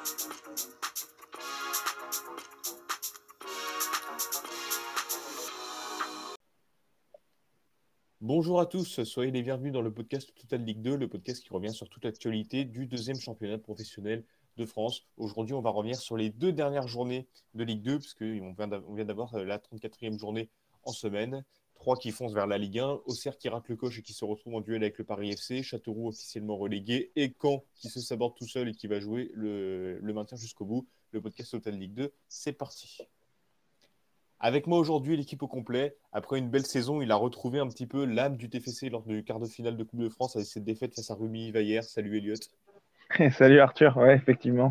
Bonjour à tous, soyez les bienvenus dans le podcast Total Ligue 2, le podcast qui revient sur toute l'actualité du deuxième championnat professionnel de France. Aujourd'hui, on va revenir sur les deux dernières journées de Ligue 2, puisqu'on vient d'avoir la 34e journée en semaine. Trois qui foncent vers la Ligue 1, Auxerre qui rate le coche et qui se retrouve en duel avec le Paris FC, Châteauroux officiellement relégué, et Caen qui se saborde tout seul et qui va jouer le maintien jusqu'au bout. Le podcast Total Ligue 2, c'est parti. Avec moi aujourd'hui, l'équipe au complet. Après une belle saison, il a retrouvé un petit peu l'âme du TFC lors du quart de finale de Coupe de France avec cette défaite face à Rumi hier. Salut Elliot. Salut Arthur, ouais, effectivement.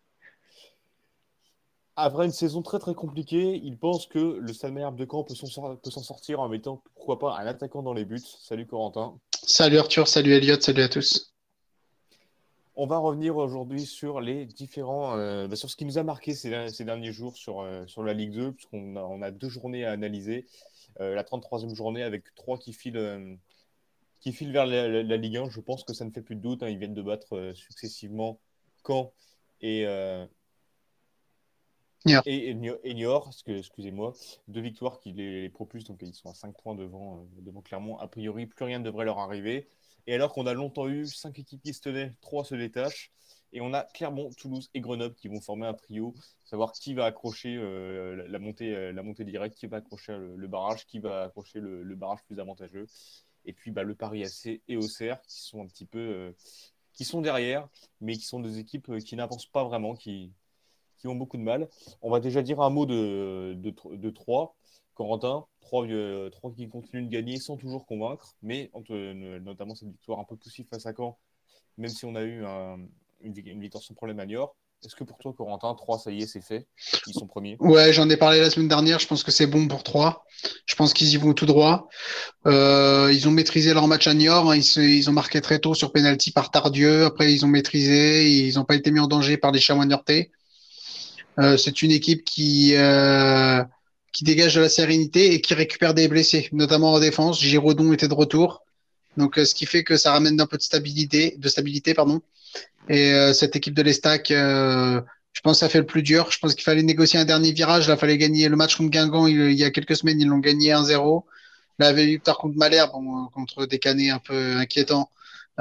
Après une saison très très compliquée, il pense que le Stade Malherbe de Caen peut s'en sortir en mettant, pourquoi pas, un attaquant dans les buts. Salut Corentin. Salut Arthur, salut Elliot, salut à tous. On va revenir aujourd'hui sur les différents, sur ce qui nous a marqué ces derniers jours sur la Ligue 2, puisqu'on a deux journées à analyser. La 33e journée avec trois qui filent vers la Ligue 1. Je pense que ça ne fait plus de doute, hein. Ils viennent de battre successivement Caen et, euh, Yeah. et Niort, excusez-moi. Deux victoires qui les propulsent, donc ils sont à 5 points devant Clermont. A priori, plus rien ne devrait leur arriver. Et alors qu'on a longtemps eu 5 équipes qui se tenaient, 3 se détachent. Et on a Clermont, Toulouse et Grenoble qui vont former un trio, savoir qui va accrocher la montée directe, qui va accrocher le barrage, qui va accrocher le barrage plus avantageux. Et puis le Paris FC et Auxerre qui sont un petit peu qui sont derrière, mais qui sont des équipes qui n'avancent pas vraiment, qui ont beaucoup de mal. On va déjà dire un mot de Troyes. Corentin, Troyes qui continuent de gagner sans toujours convaincre, mais notamment cette victoire un peu poussive face à Caen, même si on a eu une victoire sans problème à Niort. Est-ce que pour toi, Corentin, Troyes, ça y est, c'est fait? Ils sont premiers. Ouais, j'en ai parlé la semaine dernière. Je pense que c'est bon pour 3. Je pense qu'ils y vont tout droit. Ils ont maîtrisé leur match à Niort, hein. Ils ont marqué très tôt sur penalty par Tardieu. Après, ils ont maîtrisé. Ils n'ont pas été mis en danger par les Chamois niortais. C'est une équipe qui dégage de la sérénité et qui récupère des blessés, notamment en défense. Giraudon était de retour. Donc, ce qui fait que ça ramène un peu de stabilité, pardon. Et cette équipe de l'Estac, je pense que ça fait le plus dur. Je pense qu'il fallait négocier un dernier virage. Là, il fallait gagner le match contre Guingamp. Il y a quelques semaines, ils l'ont gagné 1-0. La victoire contre Malherbe, bon, contre des canets un peu inquiétants.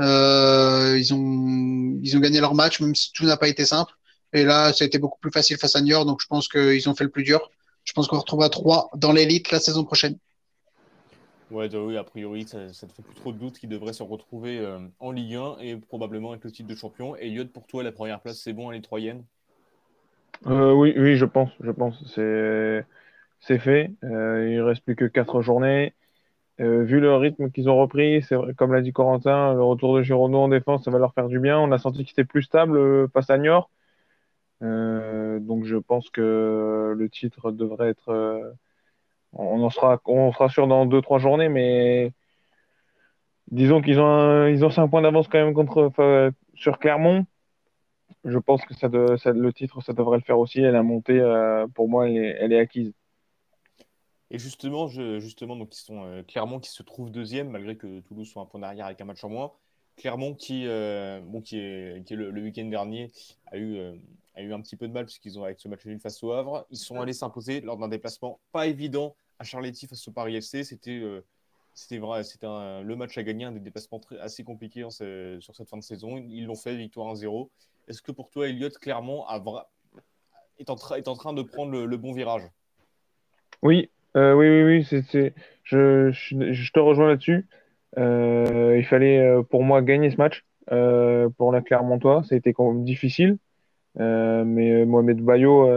Ils ont gagné leur match, même si tout n'a pas été simple. Et là, ça a été beaucoup plus facile face à Niort. Donc, je pense qu'ils ont fait le plus dur. Je pense qu'on retrouvera 3 dans l'élite la saison prochaine. Ouais, oui, a priori, ça ne fait plus trop de doute qu'ils devraient se retrouver en Ligue 1 et probablement avec le titre de champion. Et Elliot, pour toi, la première place, c'est bon, elle est troyenne? Oui, oui, je pense, c'est fait. Il reste plus que 4 journées. Vu le rythme qu'ils ont repris, c'est vrai, comme l'a dit Corentin, le retour de Giraudot en défense, ça va leur faire du bien. On a senti que c'était plus stable face à Niort. Donc je pense que le titre devrait être. On sera sûr dans 2, 3 journées, mais disons ils ont 5 points d'avance quand même sur Clermont. Je pense que le titre, ça devrait le faire aussi. Et la montée, pour moi, elle est acquise. Et justement, donc ils sont Clermont qui se trouve deuxième, malgré que Toulouse soit un point derrière avec un match en moins. Clermont qui est le week-end dernier a eu un petit peu de mal puisqu'ils ont avec ce match nul face au Havre. Ils sont allés s'imposer lors d'un déplacement pas évident à Charletti face au Paris FC. C'était le match à gagner, un des déplacements assez compliqués sur cette fin de saison. Ils l'ont fait, victoire 1-0. Est-ce que pour toi, Elliott, Clermont est en train de prendre le bon virage? Oui, oui, oui, oui. Je te rejoins là-dessus. Il fallait, pour moi, gagner ce match pour la Clermontois. Ça a été quand même difficile. Mais Mohamed Bayo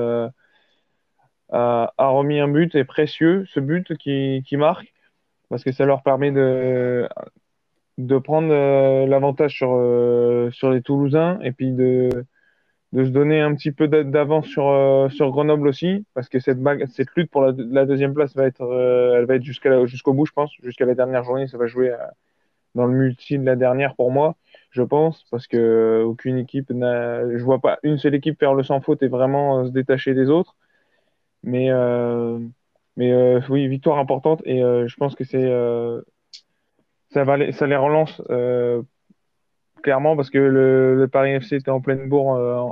a remis un but et précieux, ce but qui marque, parce que ça leur permet de prendre l'avantage sur les Toulousains et puis de se donner un petit peu d'avance sur Grenoble aussi, parce que cette lutte pour la deuxième place elle va être jusqu'au bout, je pense, jusqu'à la dernière journée. Ça va jouer dans le multi de la dernière pour moi, je pense, parce que aucune équipe je vois pas une seule équipe faire le sans faute et vraiment se détacher des autres. Mais, oui, victoire importante et je pense que ça les relance clairement parce que le Paris FC était en pleine bourre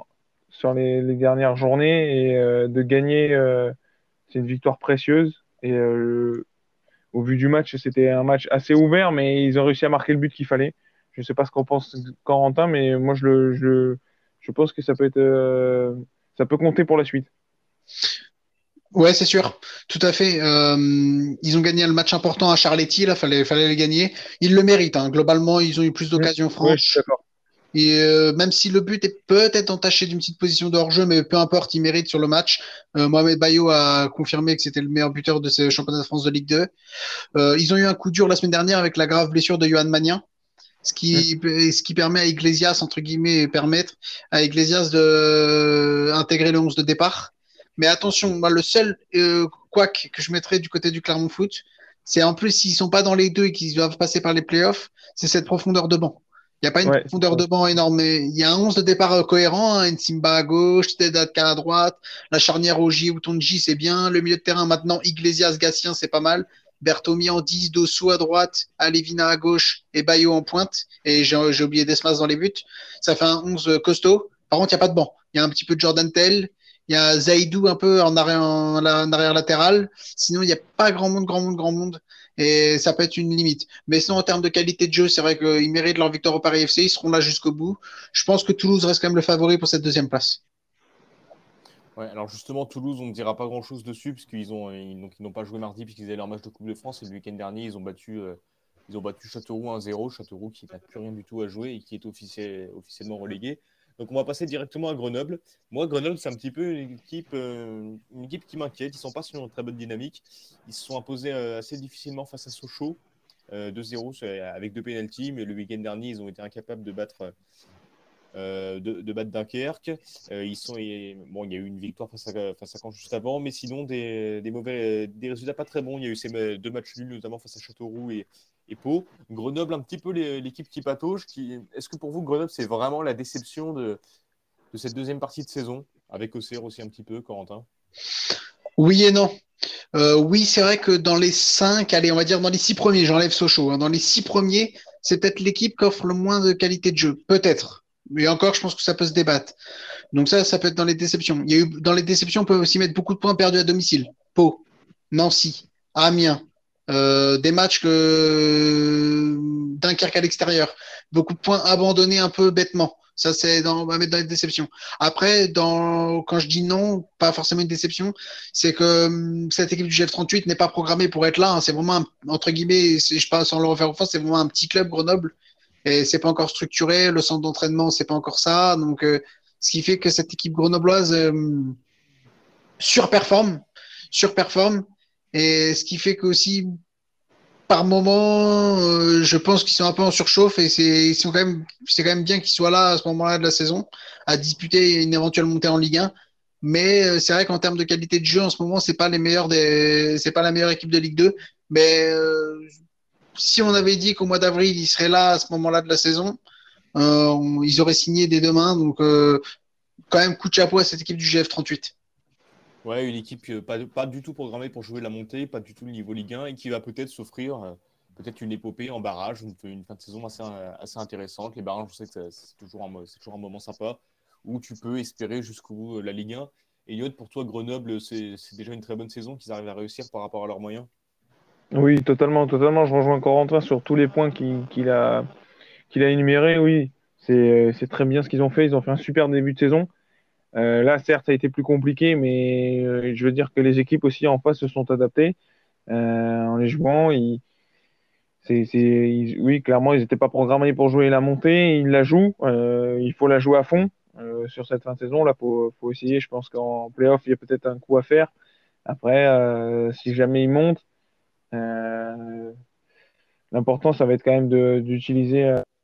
sur les dernières journées et de gagner, c'est une victoire précieuse. Et au vu du match, c'était un match assez ouvert, mais ils ont réussi à marquer le but qu'il fallait. Je ne sais pas ce qu'en pense Corentin, mais moi je pense que ça peut compter pour la suite. Ouais, c'est sûr, tout à fait. Ils ont gagné le match important à Charletti, là, fallait le gagner. Ils le méritent, hein. Globalement, ils ont eu plus d'occasions Oui, je suis franches. d'accord. Et même si le but est peut-être entaché d'une petite position de hors-jeu, mais peu importe, il mérite sur le match. Mohamed Bayo a confirmé que c'était le meilleur buteur de ce championnat de France de Ligue 2. Ils ont eu un coup dur la semaine dernière avec la grave blessure de Johan Magnin, ce qui permet à Iglesias, entre guillemets, permettre à Iglesias de intégrer le 11 de départ. Mais attention, moi, le seul couac que je mettrais du côté du Clermont Foot, c'est en plus, s'ils sont pas dans les deux et qu'ils doivent passer par les playoffs, c'est cette profondeur de banc. Il n'y a pas une Ouais, profondeur de banc énorme, mais il y a un 11 de départ cohérent, hein, Nsimba à gauche, Tedaka à droite, la charnière Oji ou Tonji, c'est bien. Le milieu de terrain, maintenant, Iglesias, Gatien, c'est pas mal. Bertomi en 10, Dossou à droite, Alevina à gauche et Bayo en pointe. Et j'ai oublié Desmas dans les buts. Ça fait un 11 costaud. Par contre, il n'y a pas de banc. Il y a un petit peu de Jordan Tell. Il y a Zaidou un peu en arrière latéral. Sinon, il n'y a pas grand monde, grand monde, grand monde. Et ça peut être une limite. Mais sinon, en termes de qualité de jeu, c'est vrai qu'ils méritent leur victoire au Paris FC. Ils seront là jusqu'au bout. Je pense que Toulouse reste quand même le favori pour cette deuxième place. Ouais, alors justement, Toulouse, on ne dira pas grand-chose dessus, puisqu'ils donc, ils n'ont pas joué mardi, puisqu'ils avaient leur match de Coupe de France, et le week-end dernier, ils ont battu Châteauroux 1-0, Châteauroux qui n'a plus rien du tout à jouer et qui est officiellement relégué. Donc on va passer directement à Grenoble. Moi, Grenoble, c'est un petit peu une équipe qui m'inquiète. Ils ne sont pas sur une très bonne dynamique. Ils se sont imposés assez difficilement face à Sochaux, 2-0 avec deux pénaltys, mais le week-end dernier, ils ont été incapables de battre Dunkerque. Bon, il y a eu une victoire face à Caen juste avant, mais sinon des résultats pas très bons. Il y a eu ces deux matchs nuls, notamment face à Châteauroux et Pau. Grenoble, un petit peu l'équipe qui patauge. Est-ce que pour vous, Grenoble, c'est vraiment la déception de cette deuxième partie de saison, avec Auxerre aussi un petit peu, Corentin? Oui et non. Oui, c'est vrai que dans les cinq, allez, on va dire dans les six premiers, j'enlève Sochaux, hein, dans les six premiers, c'est peut-être l'équipe qui offre le moins de qualité de jeu. Peut-être. Mais encore, je pense que ça peut se débattre. Donc ça peut être dans les déceptions. Il y a eu, dans les déceptions, on peut aussi mettre beaucoup de points perdus à domicile. Pau, Nancy, Amiens, des matchs Dunkerque à l'extérieur. Beaucoup de points abandonnés un peu bêtement. Ça, on va mettre dans les déceptions. Après, quand je dis non, pas forcément une déception, c'est que cette équipe du GF38 n'est pas programmée pour être là, hein. C'est vraiment, entre guillemets, je passe sans le refaire en France, c'est vraiment un petit club, Grenoble. Et c'est pas encore structuré. Le centre d'entraînement, c'est pas encore ça. Donc, ce qui fait que cette équipe grenobloise surperforme, surperforme. Et ce qui fait qu'aussi, par moment, je pense qu'ils sont un peu en surchauffe et c'est quand même bien qu'ils soient là à ce moment-là de la saison, à disputer une éventuelle montée en Ligue 1. Mais c'est vrai qu'en termes de qualité de jeu, en ce moment, c'est pas la meilleure équipe de Ligue 2. Mais si on avait dit qu'au mois d'avril, ils seraient là à ce moment-là de la saison, ils auraient signé dès demain. Donc, quand même, coup de chapeau à cette équipe du GF38. Ouais, une équipe pas du tout programmée pour jouer la montée, pas du tout le niveau Ligue 1, et qui va peut-être s'offrir peut-être une épopée en barrage, une fin de saison assez intéressante. Les barrages, je sais que c'est toujours un moment sympa, où tu peux espérer jusqu'au bout la Ligue 1. Et Yod, pour toi, Grenoble, c'est déjà une très bonne saison qu'ils arrivent à réussir par rapport à leurs moyens. Oui, totalement, totalement. Je rejoins Corentin sur tous les points qu'il a énumérés. Oui, c'est très bien ce qu'ils ont fait. Ils ont fait un super début de saison. Là, certes, ça a été plus compliqué, mais je veux dire que les équipes aussi en face se sont adaptées en les jouant. Oui, clairement, ils n'étaient pas programmés pour jouer la montée. Ils la jouent. Il faut la jouer à fond sur cette fin de saison. Là, faut essayer. Je pense qu'en playoff, il y a peut-être un coup à faire. Après, si jamais ils montent, euh, l'important, ça va être quand même d'utiliser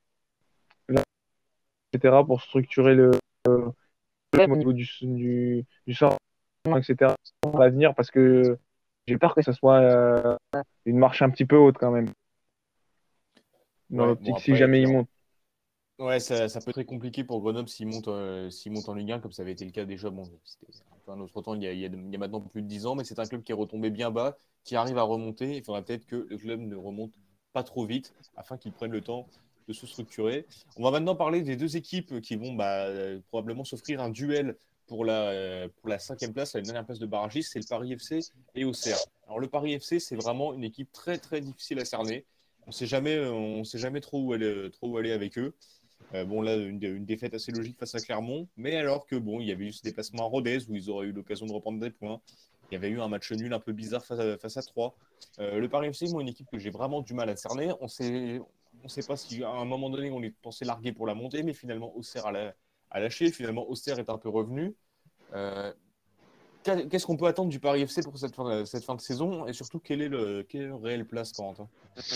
etc., pour structurer le au niveau du sort, etc., à l'avenir, parce que j'ai peur que ça soit une marche un petit peu haute quand même, dans Ouais, bon l'optique si après, jamais ils montent. ouais, ça peut être très compliqué pour Grenoble s'ils montent en Ligue 1, comme ça avait été le cas déjà. Bon, c'était un peu un autre temps, il y a maintenant plus de 10 ans, mais c'est un club qui est retombé bien bas, qui arrive à remonter. Il faudrait peut-être que le club ne remonte pas trop vite, afin qu'ils prennent le temps de se structurer. On va maintenant parler des deux équipes qui vont probablement s'offrir un duel pour la cinquième place, la dernière place de barragiste, c'est le Paris FC et Auxerre. Alors le Paris FC, c'est vraiment une équipe très très difficile à cerner. On sait jamais trop où aller avec eux. Bon, là, une défaite assez logique face à Clermont, mais alors que bon, il y avait eu ce déplacement à Rodez où ils auraient eu l'occasion de reprendre des points. Il y avait eu un match nul un peu bizarre face à 3. Le Paris FC, moi, une équipe que j'ai vraiment du mal à cerner. On sait pas si à un moment donné, on les pensait larguer pour la montée, mais finalement, Auxerre a lâché. Finalement, Auxerre est un peu revenu. Euh, Qu'est-ce qu'on peut attendre du Paris FC pour cette fin de saison? Et surtout, quel est le réel place, Corentin?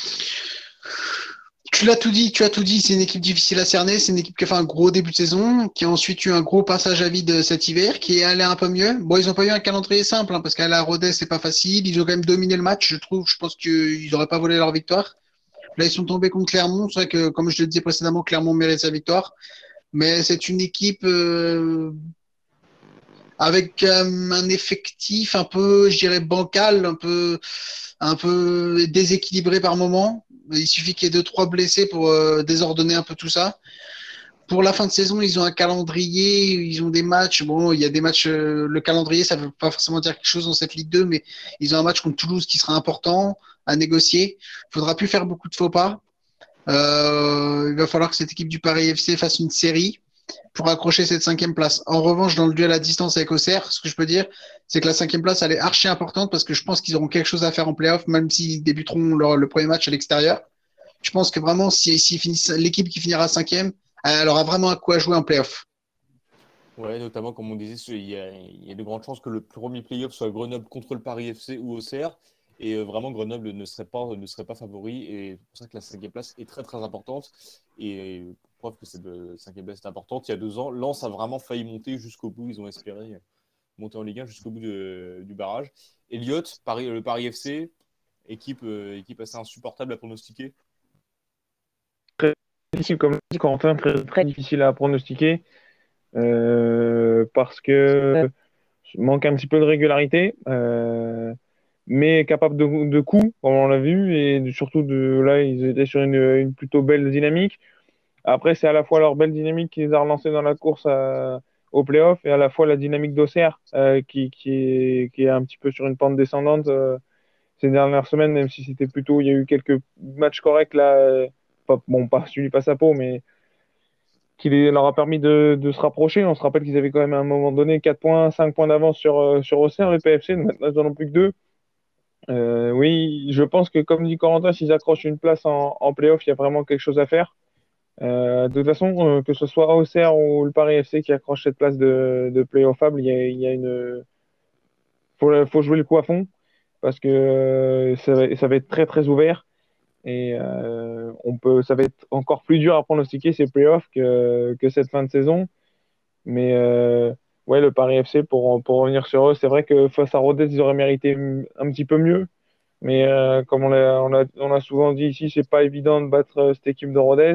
Tu as tout dit, c'est une équipe difficile à cerner, c'est une équipe qui a fait un gros début de saison, qui a ensuite eu un gros passage à vide cet hiver, qui est allé un peu mieux. Bon, ils n'ont pas eu un calendrier simple, hein, parce qu'à la Rodez, c'est pas facile. Ils ont quand même dominé le match, je trouve. Je pense qu'ils n'auraient pas volé leur victoire. Là, ils sont tombés contre Clermont. C'est vrai que, comme je le disais précédemment, Clermont mérite sa victoire. Mais c'est une équipe avec un effectif un peu, je dirais, bancal, un peu déséquilibré par moment. Il suffit qu'il y ait deux, trois blessés pour désordonner un peu tout ça. Pour la fin de saison, ils ont un calendrier, ils ont des matchs. Bon, il y a des matchs, le calendrier, ça ne veut pas forcément dire quelque chose dans cette Ligue 2, mais ils ont un match contre Toulouse qui sera important à négocier. Il faudra plus faire beaucoup de faux pas. Il va falloir que cette équipe du Paris FC fasse une série pour accrocher cette cinquième place. En revanche, dans le duel à distance avec Auxerre, ce que je peux dire, c'est que la cinquième place, elle est archi importante parce que je pense qu'ils auront quelque chose à faire en playoff, même s'ils débuteront le premier match à l'extérieur. Je pense que vraiment, si finissent, l'équipe qui finira cinquième, elle aura vraiment un coup à jouer en playoff. Ouais, notamment, comme on disait, il y a de grandes chances que le premier play-off soit Grenoble contre le Paris FC ou Auxerre. Et vraiment, Grenoble ne serait pas favori. Et c'est pour ça que la cinquième place est très, très importante. Et preuve que cette cinquième place est importante, il y a 2 ans, Lens a vraiment failli monter jusqu'au bout. Ils ont espéré monter en Ligue 1 jusqu'au bout du barrage. Elliott, le Paris FC, équipe assez insupportable à pronostiquer. Très difficile, comme l'a dit Quentin, très, très difficile à pronostiquer parce que manque un petit peu de régularité, mais capable de coups, comme on l'a vu, et surtout là, ils étaient sur une plutôt belle dynamique. Après, c'est à la fois leur belle dynamique qui les a relancés dans la course au playoff et à la fois la dynamique d'Auxerre qui est un petit peu sur une pente descendante ces dernières semaines, même si c'était plutôt, il y a eu quelques matchs corrects là, pas celui passe à peau, mais leur a permis de se rapprocher. On se rappelle qu'ils avaient quand même à un moment donné 4 points, 5 points d'avance sur Auxerre, le PFC, maintenant ils n'en ont plus que 2. Oui, je pense que comme dit Corentin, s'ils accrochent une place en playoff, il y a vraiment quelque chose à faire. De toute façon, que ce soit Auxerre ou le Paris FC qui accroche cette place de playoffable, il y a une. Faut jouer le coup à fond parce que ça va être très très ouvert et ça va être encore plus dur à pronostiquer ces playoffs que cette fin de saison. Mais ouais, le Paris FC pour revenir sur eux, c'est vrai que face à Rodez, ils auraient mérité un petit peu mieux. Mais comme on a souvent dit ici, c'est pas évident de battre cette équipe de Rodez.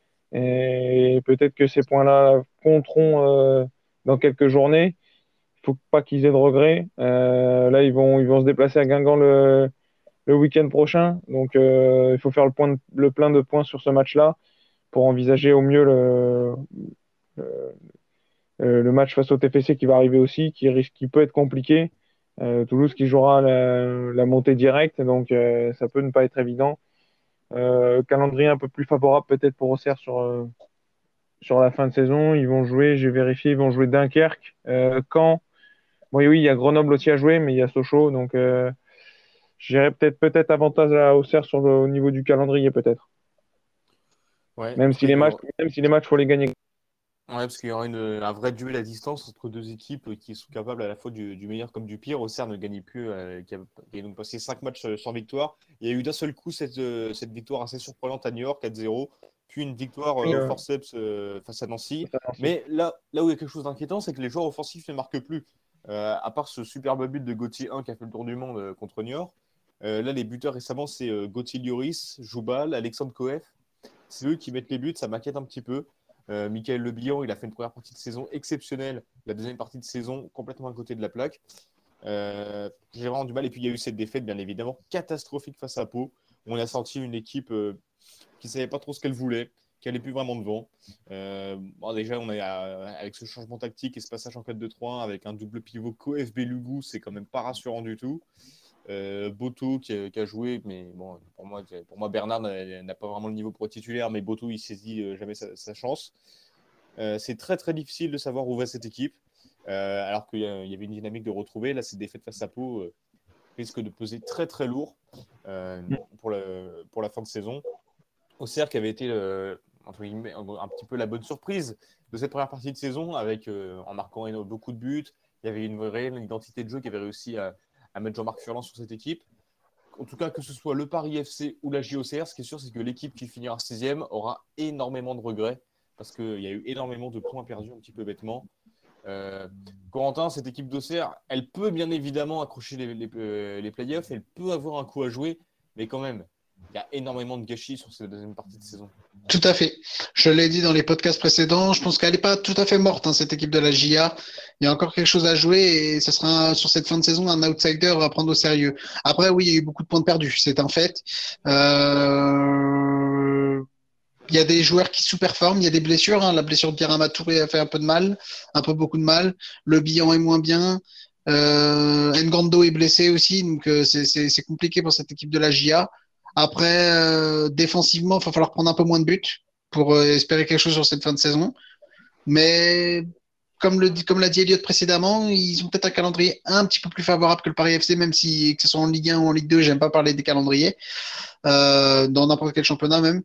Et peut-être que ces points-là compteront dans quelques journées. Il faut pas qu'ils aient de regrets. Là, ils vont se déplacer à Guingamp le week-end prochain. Donc, il faut faire le plein de points sur ce match-là pour envisager au mieux le, le match face au TFC qui va arriver aussi, qui peut être compliqué. Toulouse qui jouera la montée directe, donc ça peut ne pas être évident. Calendrier un peu plus favorable peut-être pour Auxerre sur la fin de saison. Ils vont jouer, j'ai vérifié, ils vont jouer Dunkerque, Caen. Bon, oui, il y a Grenoble aussi à jouer, mais il y a Sochaux. Donc, j'irais peut-être avantage à Auxerre au niveau du calendrier, peut-être. Ouais, Même c'est si vrai les que matchs, même si les matchs, faut les gagner. Ouais, parce qu'il y aura un vrai duel à distance entre deux équipes qui sont capables à la fois du meilleur comme du pire. Auxerre ne gagnait plus, qui a donc passé 5 matchs sans victoire. Il y a eu d'un seul coup cette victoire assez surprenante à New York, 4-0, puis une victoire Oui, au forceps face à Nancy. ça, c'est- Mais là où il y a quelque chose d'inquiétant, c'est que les joueurs offensifs ne marquent plus. À part ce superbe but de Gauthier 1 qui a fait le tour du monde contre New York. Là, les buteurs récemment, c'est Gauthier Lloris, Joubal, Alexandre Koef. C'est eux qui mettent les buts, ça m'inquiète un petit peu. Michael Le Bihan, il a fait une première partie de saison exceptionnelle. La deuxième partie de saison, complètement à côté de la plaque. J'ai vraiment du mal. Et puis, il y a eu cette défaite, bien évidemment, catastrophique face à Pau. On a senti une équipe qui ne savait pas trop ce qu'elle voulait. qui allait plus vraiment devant. Déjà, avec ce changement tactique et ce passage en 4-2-3-1 avec un double pivot KFB Lugou, c'est quand même pas rassurant du tout. Boto qui a joué, mais bon, pour moi Bernard n'a pas vraiment le niveau pour être titulaire, mais Boto il saisit jamais sa chance. C'est très très difficile de savoir où va cette équipe, alors qu'il y avait une dynamique de retrouver. Là, cette défaite face à Pau risque de peser très très lourd pour la fin de saison. Auxerre qui avait été entre guillemets, un petit peu la bonne surprise de cette première partie de saison, en marquant beaucoup de buts. Il y avait une vraie identité de jeu qui avait réussi à mettre Jean-Marc Furlan sur cette équipe. En tout cas, que ce soit le Paris FC ou la JOCR, ce qui est sûr, c'est que l'équipe qui finira 6e aura énormément de regrets parce qu'il y a eu énormément de points perdus un petit peu bêtement. Corentin, cette équipe d'Auxerre, elle peut bien évidemment accrocher les playoffs, elle peut avoir un coup à jouer, mais quand même, il y a énormément de gâchis sur cette deuxième partie de saison. Tout à fait. Je l'ai dit dans les podcasts précédents, je pense qu'elle n'est pas tout à fait morte, cette équipe de la JA. Il y a encore quelque chose à jouer et ce sera sur cette fin de saison un outsider à prendre au sérieux. Après, oui, il y a eu beaucoup de points perdus, c'est un fait. Il y a des joueurs qui sous-performent, il y a des blessures. La blessure de Pierre Amatouré a fait un peu de mal, beaucoup de mal. Le Bihan est moins bien. Ngando est blessé aussi, donc c'est compliqué pour cette équipe de la JA. Après, défensivement, il va falloir prendre un peu moins de buts pour espérer quelque chose sur cette fin de saison. Mais comme l'a dit Elliott précédemment, ils ont peut-être un calendrier un petit peu plus favorable que le Paris FC, même si que ce soit en Ligue 1 ou en Ligue 2, j'aime pas parler des calendriers, dans n'importe quel championnat même.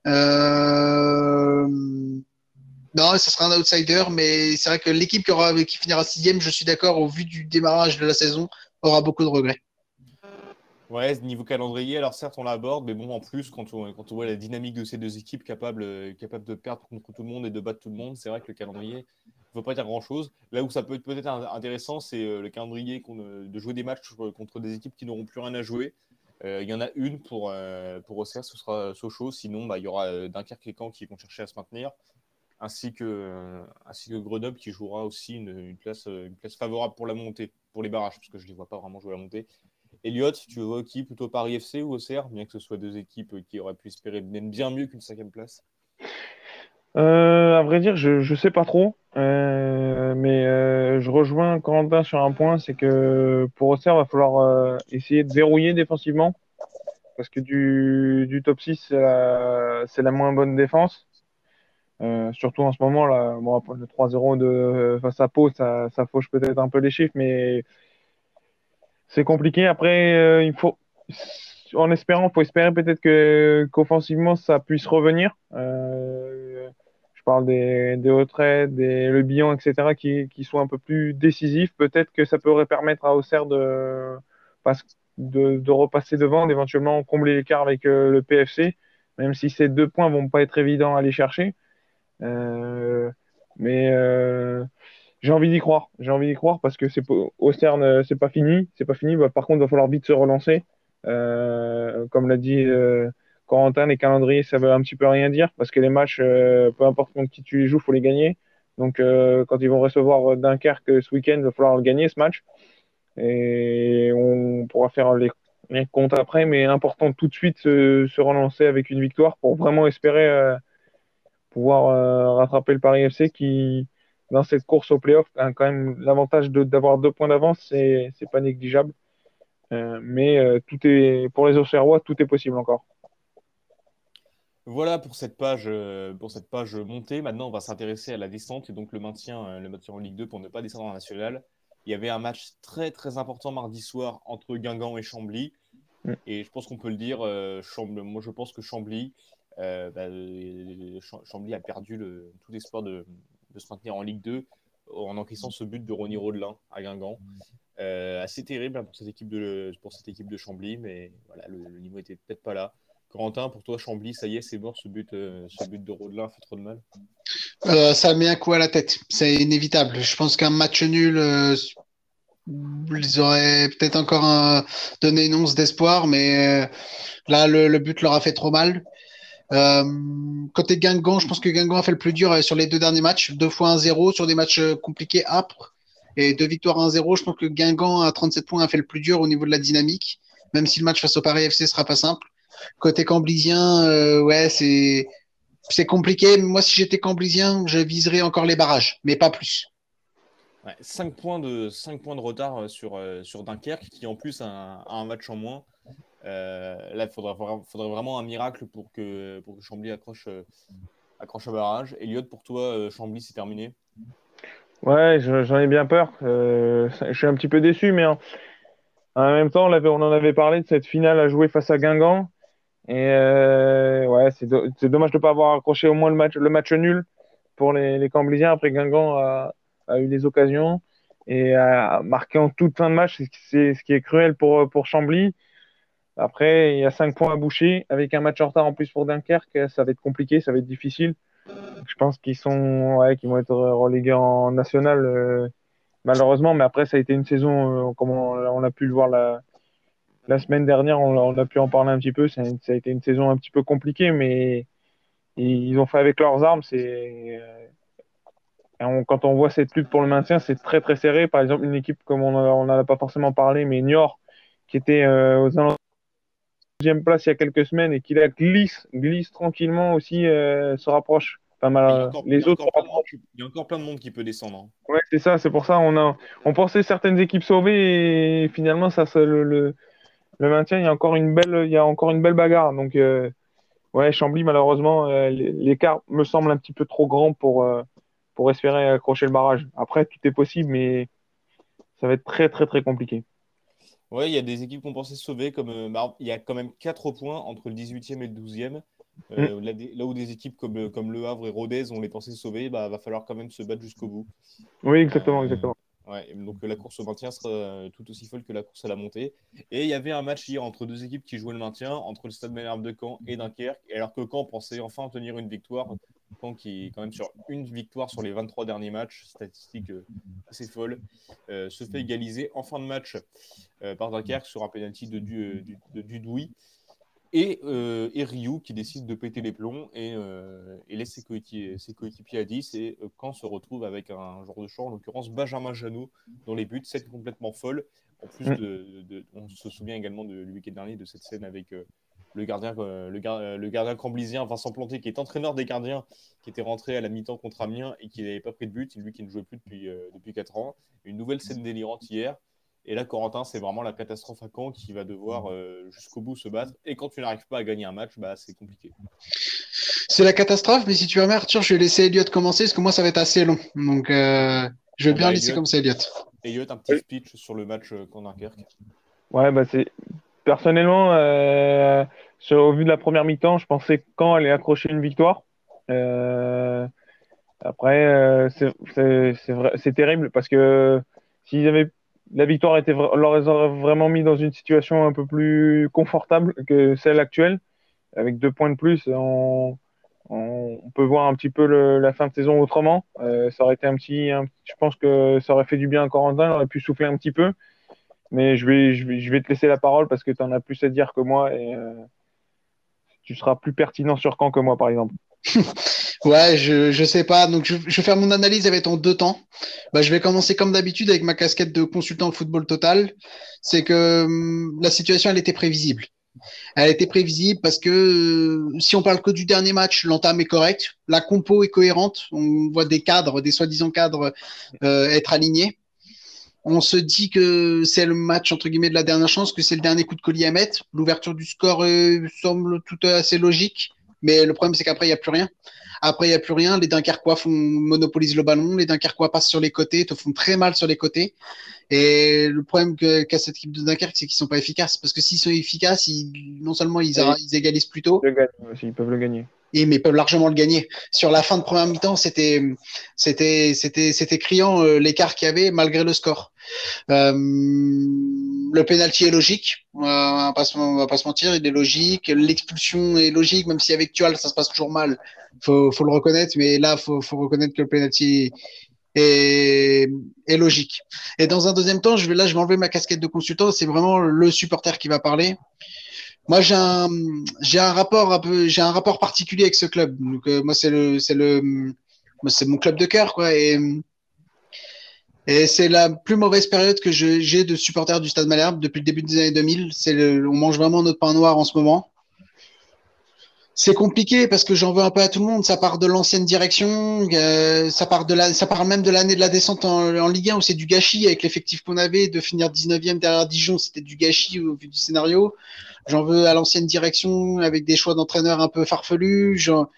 Non, ce sera un outsider, mais c'est vrai que l'équipe qui finira 6e, je suis d'accord, au vu du démarrage de la saison, aura beaucoup de regrets. Ouais, niveau calendrier, alors certes on l'aborde, mais bon, en plus, quand on voit la dynamique de ces deux équipes capables de perdre contre tout le monde et de battre tout le monde, c'est vrai que le calendrier ne veut pas dire grand-chose. Là où ça peut être peut-être intéressant, c'est le calendrier de jouer des matchs contre des équipes qui n'auront plus rien à jouer. Il y en a une pour Auxerre, ce sera Sochaux, sinon il y aura Dunkerque et Caen qui vont chercher à se maintenir, ainsi que Grenoble qui jouera aussi une place favorable pour la montée, pour les barrages, parce que je ne les vois pas vraiment jouer la montée. Elliott, tu vois qui, plutôt Paris FC ou Auxerre, bien que ce soit deux équipes qui auraient pu espérer même bien mieux qu'une 5e place? À vrai dire, je sais pas trop, mais je rejoins Corentin sur un point, c'est que pour Auxerre, il va falloir essayer de verrouiller défensivement, parce que du top 6, c'est la moins bonne défense. Surtout en ce moment, là, bon, après le 3-0 face à Pau, ça fauche peut-être un peu les chiffres, mais c'est compliqué. Après, en espérant, il faut espérer peut-être qu'offensivement, ça puisse revenir. Je parle des retraits, Le Bihan, etc., qui sont un peu plus décisifs. Peut-être que ça pourrait permettre à Auxerre de repasser devant, d'éventuellement combler l'écart avec le PFC, même si ces 2 points vont pas être évidents à aller chercher. Mais j'ai envie d'y croire. J'ai envie d'y croire parce que Auxerre, c'est pas fini. C'est pas fini. Bah, par contre, il va falloir vite se relancer. Comme l'a dit Corentin, les calendriers, ça veut un petit peu rien dire parce que les matchs, peu importe contre qui tu les joues, faut les gagner. Donc, quand ils vont recevoir Dunkerque ce week-end, il va falloir le gagner ce match. Et on pourra faire les comptes après, mais important tout de suite se relancer avec une victoire pour vraiment espérer pouvoir rattraper le Paris FC qui, dans cette course au playoff, a quand même l'avantage d'avoir 2 points d'avance, c'est pas négligeable. Mais tout est pour les Auxerrois, tout est possible encore. Voilà pour cette page montée. Maintenant, on va s'intéresser à la descente et donc le maintien en Ligue 2 pour ne pas descendre en National. Il y avait un match très très important mardi soir entre Guingamp et Chambly. Et je pense qu'on peut le dire, moi je pense que Chambly a perdu tout espoir de se maintenir en Ligue 2 en encaissant ce but de Ronny Rodelin à Guingamp. Assez terrible pour cette équipe de Chambly, mais voilà, le niveau était peut-être pas là. Corentin, pour toi, Chambly, ça y est, c'est mort, ce but de Rodelin fait trop de mal? Ça met un coup à la tête, c'est inévitable. Je pense qu'un match nul, ils auraient peut-être encore donné une once d'espoir, mais là, le but leur a fait trop mal. Côté Guingamp, je pense que Guingamp a fait le plus dur sur les 2 derniers matchs. 2 fois 1-0 sur des matchs compliqués, âpres. Et 2 victoires 1-0. Je pense que Guingamp à 37 points a fait le plus dur au niveau de la dynamique, même si le match face au Paris FC sera pas simple. Côté camblisien, ouais, c'est compliqué. Moi, si j'étais Camblisien, je viserais encore les barrages, mais pas plus. Ouais, 5 5 points de retard sur Dunkerque, qui en plus a un match en moins. Là, faudrait vraiment un miracle pour que Chambly accroche un barrage. Elliot, pour toi, Chambly, c'est terminé? Ouais, j'en ai bien peur. Je suis un petit peu déçu, mais en même temps, on en avait parlé de cette finale à jouer face à Guingamp. Et ouais, c'est dommage de ne pas avoir accroché au moins le match nul pour les Camblisiens. Après, Guingamp a eu des occasions et a marqué en toute fin de match. C'est ce qui est cruel pour Chambly. Après, il y a 5 points à boucher. Avec un match en retard en plus pour Dunkerque, ça va être compliqué, ça va être difficile. Je pense qu'ils vont être relégués en national, malheureusement. Mais après, ça a été une saison, comme on a pu le voir la semaine dernière, on a pu en parler un petit peu. Ça a été une saison un petit peu compliquée, mais ils ont fait avec leurs armes. Quand on voit cette lutte pour le maintien, c'est très très serré. Par exemple, une équipe comme on n'en a pas forcément parlé, mais Niort, qui était aux alentours de la 2e place il y a quelques semaines et qui là glisse tranquillement aussi, se rapproche. Pas Ah, mal, les autres se rapprochent. il y a encore plein de monde qui peut descendre, hein. Ouais, c'est ça. C'est pour ça on pensait certaines équipes sauvées et finalement le maintien, il y a encore une belle bagarre. Donc ouais, Chambly, malheureusement, l'écart me semble un petit peu trop grand pour espérer accrocher le barrage. Après, tout est possible, mais ça va être très, très, très compliqué. Ouais, il y a des équipes qu'on pensait sauver, il y a quand même 4 points entre le 18e et le 12e. Mm. Là où des équipes comme Le Havre et Rodez, on les pensait sauver, bah, va falloir quand même se battre jusqu'au bout. Oui, exactement, Euh, exactement. ouais, donc la course au maintien sera tout aussi folle que la course à la montée. Et il y avait un match hier entre deux équipes qui jouaient le maintien, entre le Stade Malherbe de Caen et Dunkerque. Et alors que Caen pensait enfin tenir une victoire, Caen qui est quand même sur une victoire sur les 23 derniers matchs, statistique assez folle, se fait égaliser en fin de match par Dunkerque sur un penalty de Dudouis. Et Ryu qui décide de péter les plombs et laisse ses coéquipiers à 10. Et Caen se retrouve avec un joueur de champ, en l'occurrence Benjamin Janot, dans les buts, scène complètement folle. En plus, Mm. on se souvient également du week-end dernier de cette scène avec le gardien camblisien Vincent Planté, qui est entraîneur des gardiens, qui était rentré à la mi-temps contre Amiens et qui n'avait pas pris de but, lui qui ne jouait plus depuis 4 ans. Une nouvelle scène délirante hier. Et là, Corentin, c'est vraiment la catastrophe à Caen qui va devoir jusqu'au bout se battre. Et quand tu n'arrives pas à gagner un match, bah, c'est compliqué. C'est la catastrophe, mais si tu veux, Arthur, je vais laisser Elliot commencer parce que moi, ça va être assez long. Donc, je vais Bon, bien bah, laisser commencer Elliot. Elliot, un petit speech sur le match Caen-Dunkerque. Ouais, bah personnellement, au vu de la première mi-temps, je pensais que Caen allait accrocher une victoire. Euh, Après, c'est terrible parce que s'ils avaient la victoire leur aurait vraiment mis dans une situation un peu plus confortable que celle actuelle. Avec 2 points de plus, on peut voir un petit peu la fin de saison autrement. Ça aurait été je pense que ça aurait fait du bien à Corentin, il aurait pu souffler un petit peu. Mais je vais te laisser la parole parce que tu en as plus à dire que moi et tu seras plus pertinent sur Caen que moi, par exemple. Ouais, je sais pas. Donc, je vais faire mon analyse avec en 2 temps. Bah, je vais commencer comme d'habitude avec ma casquette de consultant football total. C'est que la situation, elle était prévisible. Elle était prévisible parce que si on parle que du dernier match, l'entame est correcte, la compo est cohérente, on voit des cadres, des soi-disant cadres être alignés. On se dit que c'est le match entre guillemets de la dernière chance, que c'est le dernier coup de collier à mettre. L'ouverture du score semble tout assez logique, mais le problème c'est qu'après il n'y a plus rien. Après il n'y a plus rien. Les Dunkerquois monopolisent le ballon, les Dunkerquois passent sur les côtés, te font très mal sur les côtés. Et le problème qu'a cette équipe de Dunkerque, c'est qu'ils sont pas efficaces. Parce que s'ils sont efficaces, non seulement Et ils égalisent plus tôt, ils le gagnent aussi, ils peuvent le gagner. mais ils peuvent largement le gagner. Sur la fin de première mi-temps, c'était criant l'écart qu'il y avait malgré le score. Le penalty est logique, on va pas se mentir, il est logique. L'expulsion est logique, même si avec Tual ça se passe toujours mal. Faut le reconnaître, mais là faut reconnaître que le penalty est, est logique. Et dans un deuxième temps, je vais enlever ma casquette de consultant. C'est vraiment le supporter qui va parler. Moi, j'ai un rapport particulier avec ce club. Donc, moi, c'est mon club de cœur, quoi. Et c'est la plus mauvaise période que j'ai de supporter du Stade Malherbe depuis le début des années 2000. On mange vraiment notre pain noir en ce moment. C'est compliqué parce que j'en veux un peu à tout le monde. Ça part de l'ancienne direction, ça part même de l'année de la descente en Ligue 1 où c'est du gâchis avec l'effectif qu'on avait. De finir 19e derrière Dijon, c'était du gâchis au vu du scénario. J'en veux à l'ancienne direction avec des choix d'entraîneurs un peu farfelus.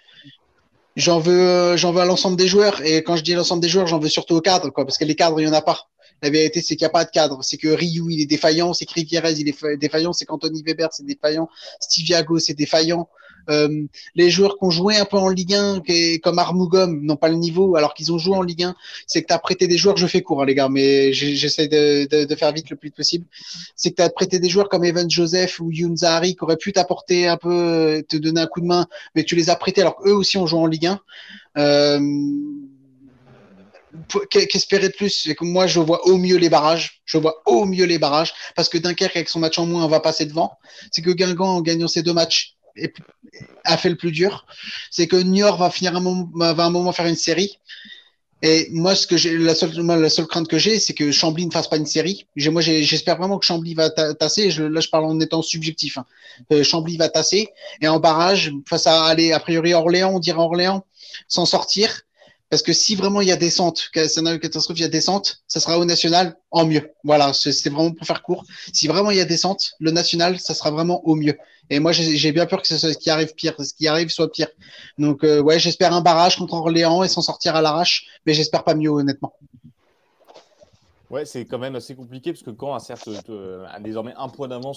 J'en veux à l'ensemble des joueurs. Et quand je dis l'ensemble des joueurs, j'en veux surtout aux cadres, quoi, parce que les cadres, il y en a pas. La vérité, c'est qu'il n'y a pas de cadre. C'est que Ryu, il est défaillant. C'est que Rivierez, il est défaillant. C'est qu'Anthony Weber, c'est défaillant. Steve Yago, c'est défaillant. Les joueurs qui ont joué un peu en Ligue 1, comme Armougom, n'ont pas le niveau, alors qu'ils ont joué en Ligue 1. C'est que tu as prêté des joueurs, je fais court, hein, les gars, mais j'essaie de faire vite le plus possible. C'est que tu as prêté des joueurs comme Evan Joseph ou Youn Zahari qui auraient pu t'apporter un peu, te donner un coup de main, mais tu les as prêtés alors qu'eux aussi ont joué en Ligue 1. Qu'espérer de plus? C'est que moi, je vois au mieux les barrages. Je vois au mieux les barrages. Parce que Dunkerque, avec son match en moins, va passer devant. C'est que Guingamp, en gagnant ses 2 matchs, a fait le plus dur. C'est que Niort va un moment faire une série. Et moi, la seule crainte que j'ai, c'est que Chambly ne fasse pas une série. J'espère vraiment que Chambly va tasser. Là, je parle en étant subjectif. Hein. Chambly va tasser. Et en barrage, face à aller, a priori, Orléans, on dirait Orléans, s'en sortir. Parce que si vraiment il y a descente, scénario catastrophe, il y a descente, ça sera au national en mieux. Voilà, c'est vraiment pour faire court. Si vraiment il y a descente, le national, ça sera vraiment au mieux. Et moi, j'ai bien peur que ce qui arrive pire, ce qui arrive soit pire. Donc, ouais, j'espère un barrage contre Orléans et s'en sortir à l'arrache, mais j'espère pas mieux, honnêtement. Ouais, c'est quand même assez compliqué parce que Caen a certes a désormais un point d'avance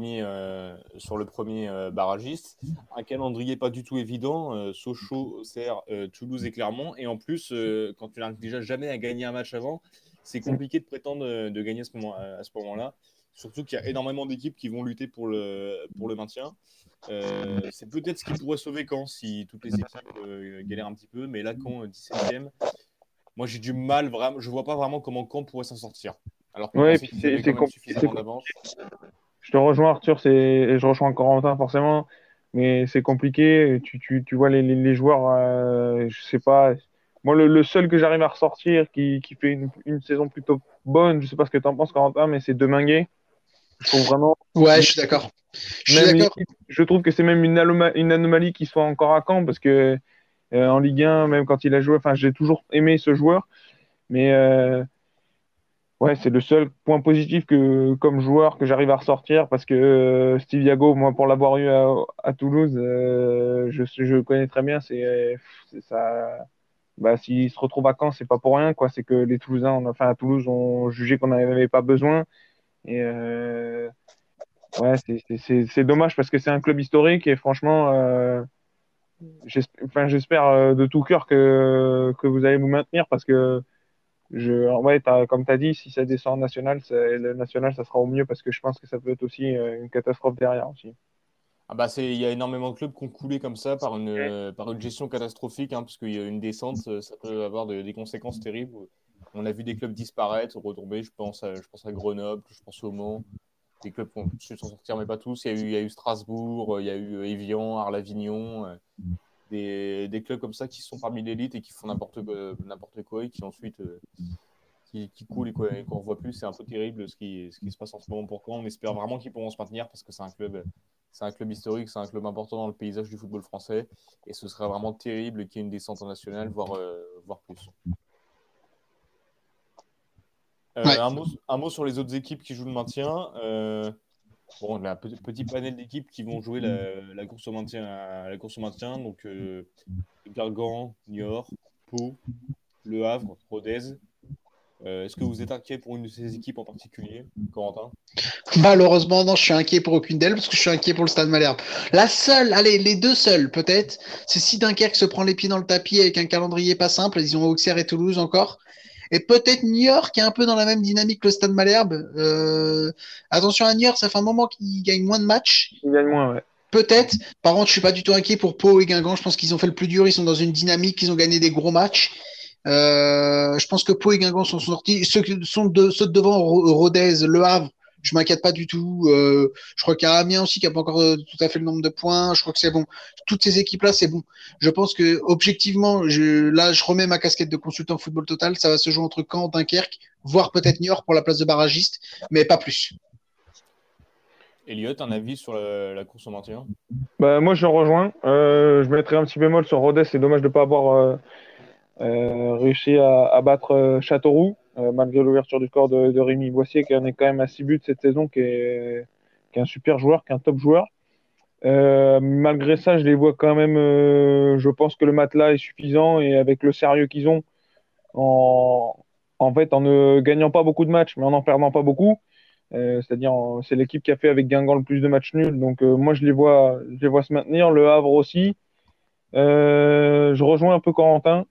sur le premier barragiste, un calendrier pas du tout évident, Sochaux, Auxerre, Toulouse et Clermont, et en plus, quand tu n'arrives déjà jamais à gagner un match avant, c'est compliqué de prétendre de gagner à ce moment-là. Surtout qu'il y a énormément d'équipes qui vont lutter pour le maintien. C'est peut-être ce qui pourrait sauver Caen si toutes les équipes galèrent un petit peu, mais là, Caen 17e. Moi, j'ai du mal, vraiment. Je vois pas vraiment comment Caen pourrait s'en sortir. Alors qu'on Ouais, pensait qu'ils avaient quand même suffisamment d'avance. Je te rejoins, Arthur, et je rejoins Corentin, forcément, mais c'est compliqué. Tu vois les joueurs, je sais pas. Moi, le seul que j'arrive à ressortir qui fait une saison plutôt bonne, je sais pas ce que tu en penses, Corentin, mais c'est Deminguet. Je trouve vraiment, Ouais, je suis d'accord. Je suis même d'accord. limite, je trouve que c'est même une anomalie qu'il soit encore à Caen, parce que en Ligue 1, même quand il a joué, enfin, j'ai toujours aimé ce joueur, mais ouais, c'est le seul point positif comme joueur que j'arrive à ressortir parce que Steve Yago, moi, pour l'avoir eu à Toulouse, je connais très bien. C'est ça. Bah, s'il se retrouve à Caen, c'est pas pour rien, quoi. C'est que les Toulousains, enfin à Toulouse, ont jugé qu'on n'en avait pas besoin. Et ouais, c'est dommage parce que c'est un club historique et franchement, j'espère de tout cœur que vous allez vous maintenir parce que ouais, comme tu as dit, si ça descend en national, le national, ça sera au mieux parce que je pense que ça peut être aussi une catastrophe derrière aussi. Ah bah il y a énormément de clubs qui ont coulé comme ça par une gestion catastrophique, hein, parce qu'il y a une descente, ça peut avoir des conséquences terribles. On a vu des clubs disparaître, retomber. Je pense à Grenoble, je pense au Mans. Des clubs qui ont su s'en sortir, mais pas tous. Il y a eu Strasbourg, il y a eu Évian, Arles-Avignon. Des clubs comme ça qui sont parmi l'élite et qui font n'importe quoi et qui ensuite qui coulent et qu'on ne revoit plus. C'est un peu terrible ce qui se passe en ce moment pour Caen. On espère vraiment qu'ils pourront se maintenir parce que c'est un club historique, c'est un club important dans le paysage du football français et ce serait vraiment terrible qu'il y ait une descente en nationale, voire plus. Ouais. Un mot sur les autres équipes qui jouent le maintien. Bon, la petit panel d'équipes qui vont jouer la course au maintien. Donc, Guingamp, Niort, Pau, Le Havre, Rodez. Est-ce que vous êtes inquiet pour une de ces équipes en particulier, Corentin? Malheureusement, non, je suis inquiet pour aucune d'elles parce que je suis inquiet pour le Stade Malherbe. La seule, allez, les deux seules, peut-être, c'est si Dunkerque se prend les pieds dans le tapis avec un calendrier pas simple. Ils ont Auxerre et Toulouse encore. Et peut-être Niort qui est un peu dans la même dynamique que le Stade Malherbe. Attention à Niort, ça fait un moment qu'ils gagnent moins de matchs. Il gagne moins, ouais. Peut-être. Par contre, je suis pas du tout inquiet pour Pau et Guingamp. Je pense qu'ils ont fait le plus dur. Ils sont dans une dynamique. Ils ont gagné des gros matchs. Je pense que Pau et Guingamp sont sortis. Ceux de devant, Rodez, Le Havre, je m'inquiète pas du tout. Je crois qu'il y a Amiens aussi qui a pas encore tout à fait le nombre de points. Je crois que c'est bon. Toutes ces équipes-là, c'est bon. Je pense que objectivement, là, je remets ma casquette de consultant football total. Ça va se jouer entre Caen, Dunkerque, voire peut-être Niort pour la place de barragiste, mais pas plus. Elliot, un avis sur la course au maintien? Bah, moi, je rejoins. Je mettrais un petit bémol sur Rodez. C'est dommage de ne pas avoir réussi à battre Châteauroux, malgré l'ouverture du score de Rémi Boissier, qui en est quand même à 6 buts cette saison, qui est un super joueur, qui est un top joueur. Malgré ça, je les vois quand même. Je pense que le matelas est suffisant et avec le sérieux qu'ils ont, en, en fait, en ne gagnant pas beaucoup de matchs, mais en n'en perdant pas beaucoup. C'est-à-dire, c'est l'équipe qui a fait avec Guingamp le plus de matchs nuls. Donc, moi, je les vois se maintenir. Le Havre aussi. Je rejoins un peu Corentin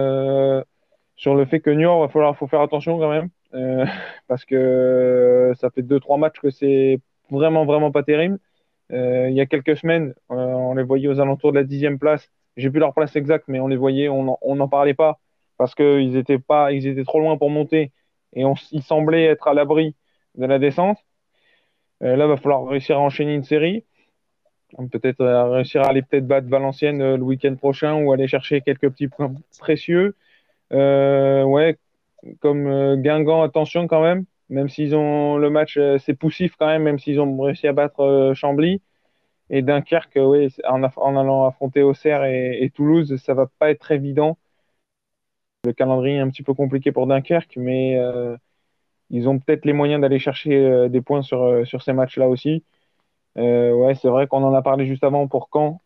sur le fait que Niort, faut faire attention quand même. Parce que ça fait deux trois matchs que c'est vraiment, vraiment pas terrible. Il y a quelques semaines, on les voyait aux alentours de la 10e place. J'ai plus leur place exacte, mais on les voyait, on n'en parlait pas parce ils étaient trop loin pour monter et ils semblaient être à l'abri de la descente. Là, il va falloir réussir à enchaîner une série. Peut-être réussir à aller peut-être battre Valenciennes le week-end prochain ou aller chercher quelques petits points précieux. Ouais, comme Guingamp, attention quand même s'ils ont le match, c'est poussif quand même s'ils ont réussi à battre Chambly. Et Dunkerque, oui, en allant affronter Auxerre et Toulouse, ça va pas être évident. Le calendrier est un petit peu compliqué pour Dunkerque, mais ils ont peut-être les moyens d'aller chercher des points sur ces matchs-là aussi. Ouais, c'est vrai qu'on en a parlé juste avant pour Caen.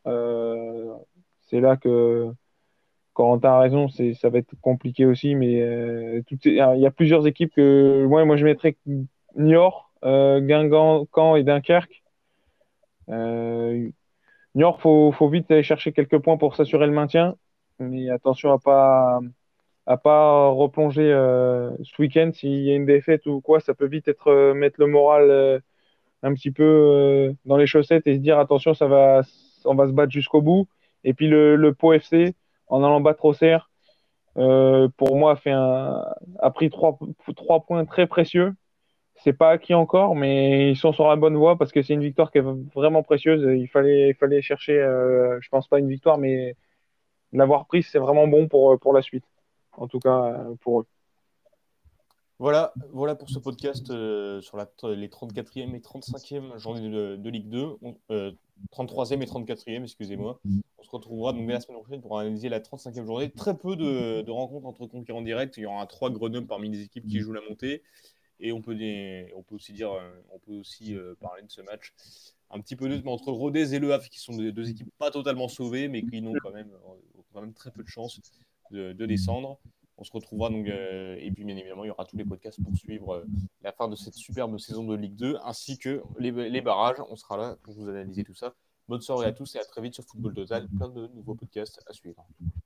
C'est là que Corentin a raison, ça va être compliqué aussi, mais il y a plusieurs équipes que ouais, moi je mettrais Niort, Guingamp, Caen et Dunkerque. Euh, Niort, faut vite aller chercher quelques points pour s'assurer le maintien, mais attention à pas replonger ce week-end s'il y a une défaite ou quoi, ça peut vite être mettre le moral un petit peu dans les chaussettes et se dire attention, on va se battre jusqu'au bout. Et puis le Pau FC, en allant battre Auxerre, pour moi, a pris trois points très précieux. C'est pas acquis encore, mais ils sont sur la bonne voie parce que c'est une victoire qui est vraiment précieuse. Il fallait chercher, je pense pas une victoire, mais l'avoir prise, c'est vraiment bon pour la suite. En tout cas, pour eux. Voilà pour ce podcast sur les 34e et 35e journées de Ligue 2. 33e et 34e, excusez-moi. On se retrouvera donc dès la semaine prochaine pour analyser la 35e journée. Très peu de rencontres entre concurrents directs. Il y aura 3 Grenoble parmi les équipes qui jouent la montée. Et on peut aussi parler de ce match un petit peu neutre, mais entre Rodez et Le Havre, qui sont deux équipes pas totalement sauvées, mais qui ont quand même très peu de chances de descendre. On se retrouvera donc, et puis bien évidemment, il y aura tous les podcasts pour suivre la fin de cette superbe saison de Ligue 2, ainsi que les barrages. On sera là pour vous analyser tout ça. Bonne soirée à tous et à très vite sur Football Total. Plein de nouveaux podcasts à suivre.